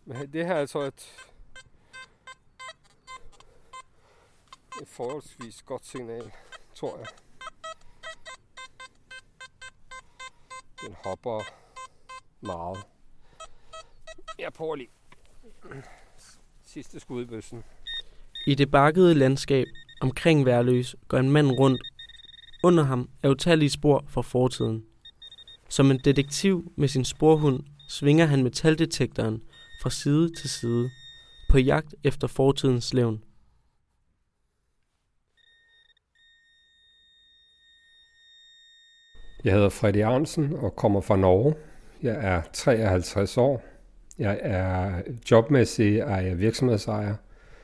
Men det her er altså et forholdsvis godt signal, tror jeg. Den hopper meget. Jeg prøver lige sidste skud i bøssen. I det bakkede landskab omkring Værløs går en mand rundt. Under ham er utallige spor fra fortiden. Som en detektiv med sin sporhund svinger han metaldetektoren fra side til side på jagt efter fortidens levn. Jeg hedder Freddy Arnsen og kommer fra Norge. Jeg er 53 år. Jeg er jobmæssig virksomhedsejer,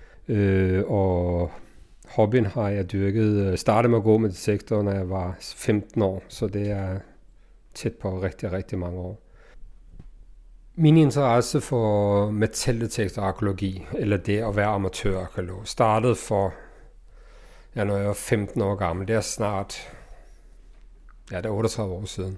og hobbyen har jeg dyrket. Startede med at gå med detektor, når jeg var 15 år, så det er tæt på rigtig, rigtig mange år. Min interesse for metaldetektorarkæologi, eller det at være amatørarkæolog, startede når jeg var 15 år gammel. Det er snart, det er 38 år siden.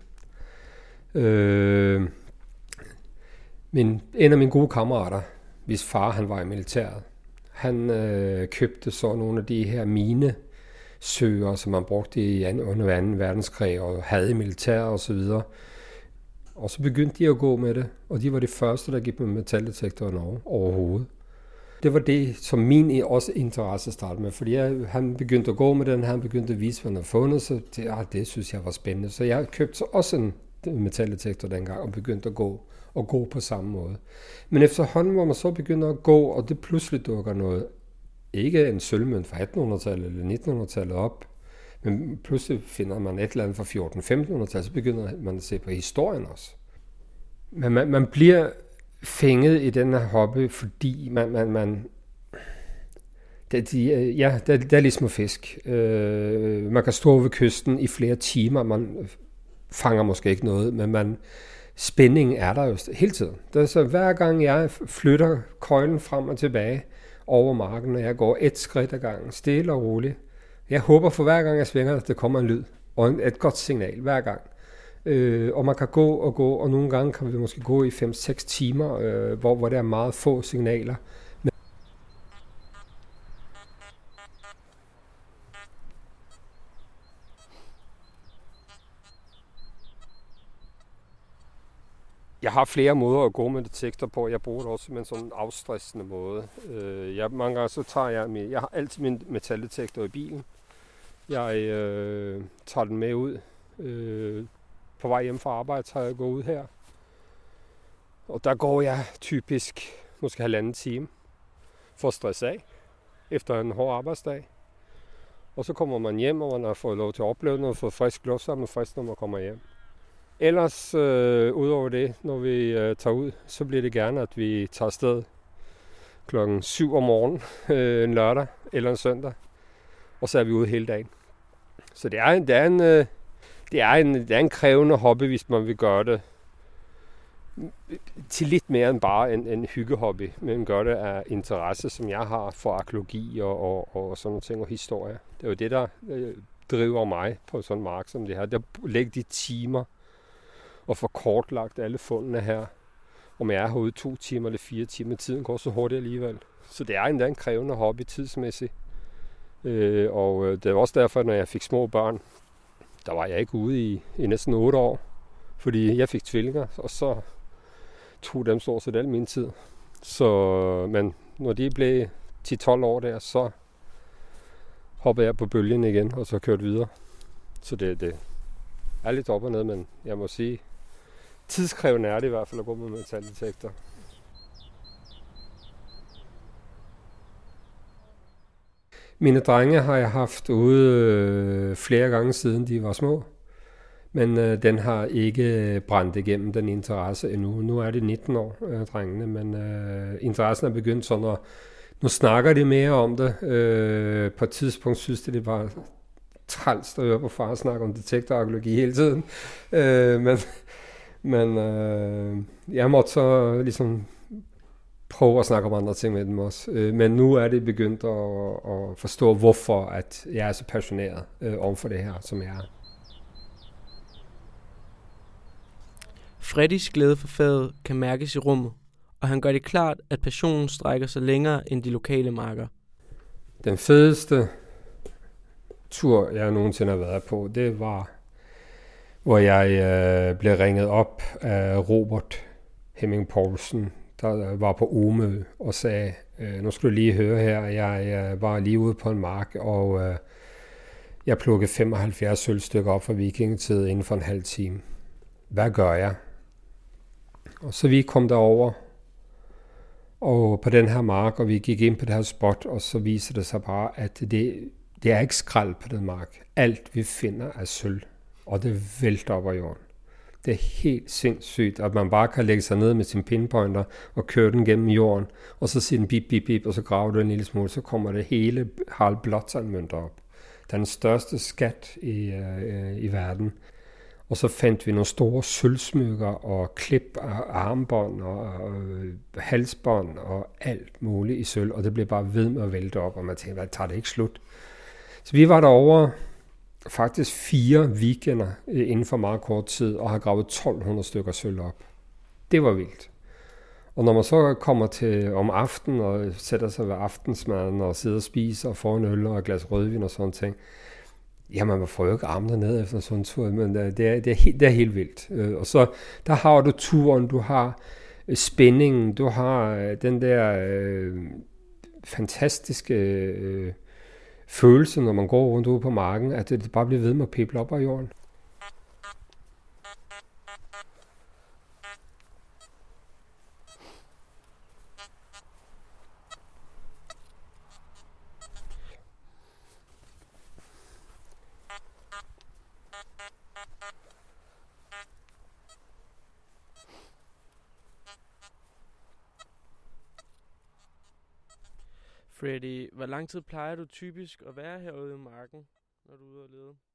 En af mine gode kammerater, hvis far han var i militæret, han købte så nogle af de her minesøger, som man brugte under 2. verdenskrig og havde i militæret og så videre. Og så begyndte de at gå med det, og de var de første, der gik med metaldetektor i Norge overhovedet. Det var det, som min også interesse startede med, fordi han begyndte at gå med den, han begyndte at vise, hvad han havde fundet, så det synes jeg var spændende. Så jeg købte så også en metaldetektor dengang og begyndte at gå på samme måde. Men efterhånden, hvor man så begynder at gå, og det pludselig dukker noget, ikke en sølvmønt fra 1800-tallet eller 1900-tallet op, men pludselig finder man et eller andet fra 1400-1500-tallet, så begynder man at se på historien også. Men man bliver fænget i den her hobby, fordi det er ligesom fisk. Man kan stå ved kysten i flere timer, man fanger måske ikke noget, men spændingen er der jo hele tiden. Det er så hver gang jeg flytter køjlen frem og tilbage over marken, og jeg går et skridt ad gangen, stille og roligt. Jeg håber for hver gang jeg svinger, at der kommer en lyd og et godt signal hver gang. Og man kan gå, og nogle gange kan vi måske gå i 5-6 timer, hvor der er meget få signaler. Jeg har flere måder at gå med detektor på. Jeg bruger det også med sådan en afstressende måde. Mange gange så tager jeg har altid min metaldetektor i bilen. Jeg tager den med ud. På vej hjem fra arbejde tager jeg gå ud her. Og der går jeg typisk måske 1,5 time for at stresse af efter en hård arbejdsdag. Og så kommer man hjem, og man har fået lov til at opleve noget, fået frisk luft, så er man frisk, når man kommer hjem. Ellers, udover det, når vi tager ud, så bliver det gerne, at vi tager afsted klokken 7 om morgenen, en lørdag eller en søndag, og så er vi ude hele dagen. Så det er en krævende hobby, hvis man vil gøre det til lidt mere end bare en hyggehobby, men gør det af interesse, som jeg har for arkæologi og sådan nogle ting og historie. Det er jo det, der driver mig på sådan en mark som det her. Der lægger de timer og få kortlagt alle fundene her. Om jeg er herude 2 timer eller 4 timer, tiden går så hurtigt alligevel. Så det er en krævende hobby tidsmæssigt. Og det er også derfor, når jeg fik små børn, der var jeg ikke ude i næsten 8 år. Fordi jeg fik tvillinger, og så tog dem stort set al min tid. Men når de blev 10-12 år der, så hoppede jeg på bølgen igen, og så kørte videre. Så det er lidt op og ned, men jeg må sige, tidskrævende er det i hvert fald at gå med metaldetektor. Mine drenge har jeg haft ude flere gange siden de var små, men den har ikke brændt igennem den interesse endnu. Nu er det 19 år, drengene, men interessen er begyndt sådan, og nu snakker de mere om det. På et tidspunkt synes det var træls at høre på far snakke om detektorarkæologi hele tiden. Men jeg måtte så ligesom prøve at snakke om andre ting med dem også. Men nu er det begyndt at forstå, hvorfor at jeg er så passioneret om for det her, som jeg er. Freddys glæde for faget kan mærkes i rummet, og han gør det klart, at passionen strækker sig længere end de lokale marker. Den fedeste tur, jeg nogensinde har været på, det var, hvor jeg blev ringet op af Robert Hemming Poulsen, der var på Omø og sagde, nu skal du lige høre her, jeg var lige ude på en mark, og jeg plukkede 75 sølvstykker op fra vikingetid inden for en halv time. Hvad gør jeg? Og så vi kom derover og på den her mark, og vi gik ind på det her spot, og så viser det sig bare, at det er ikke skrald på den mark. Alt vi finder er sølv, og det vælter op af jorden. Det er helt sindssygt, at man bare kan lægge sig ned med sin pinpointer og køre den gennem jorden, og så siger den bip, bip, bip, og så graver du en lille smule, så kommer det hele Harald Blåtand-mønter op. Den største skat i verden. Og så fandt vi nogle store sølvsmykker og klip og armbånd og halsbånd og alt muligt i sølv, og det blev bare ved med at vælte op, og man tænkte, hvad tager det ikke slut? Så vi var derovre faktisk 4 weekender inden for meget kort tid, og har gravet 1200 stykker sølv op. Det var vildt. Og når man så kommer til om aftenen og sætter sig ved aftensmaden og sidder og spiser og får en øl og et glas rødvin og sådan ting, jamen man får jo ikke armene ned efter sådan en tur, men det er helt vildt. Og så der har du turen, du har spændingen, du har den der fantastiske følelse, når man går rundt ude på marken, at det bare bliver ved med at pible op af jorden. Freddy, hvor lang tid plejer du typisk at være herude i marken, når du er ude og lede?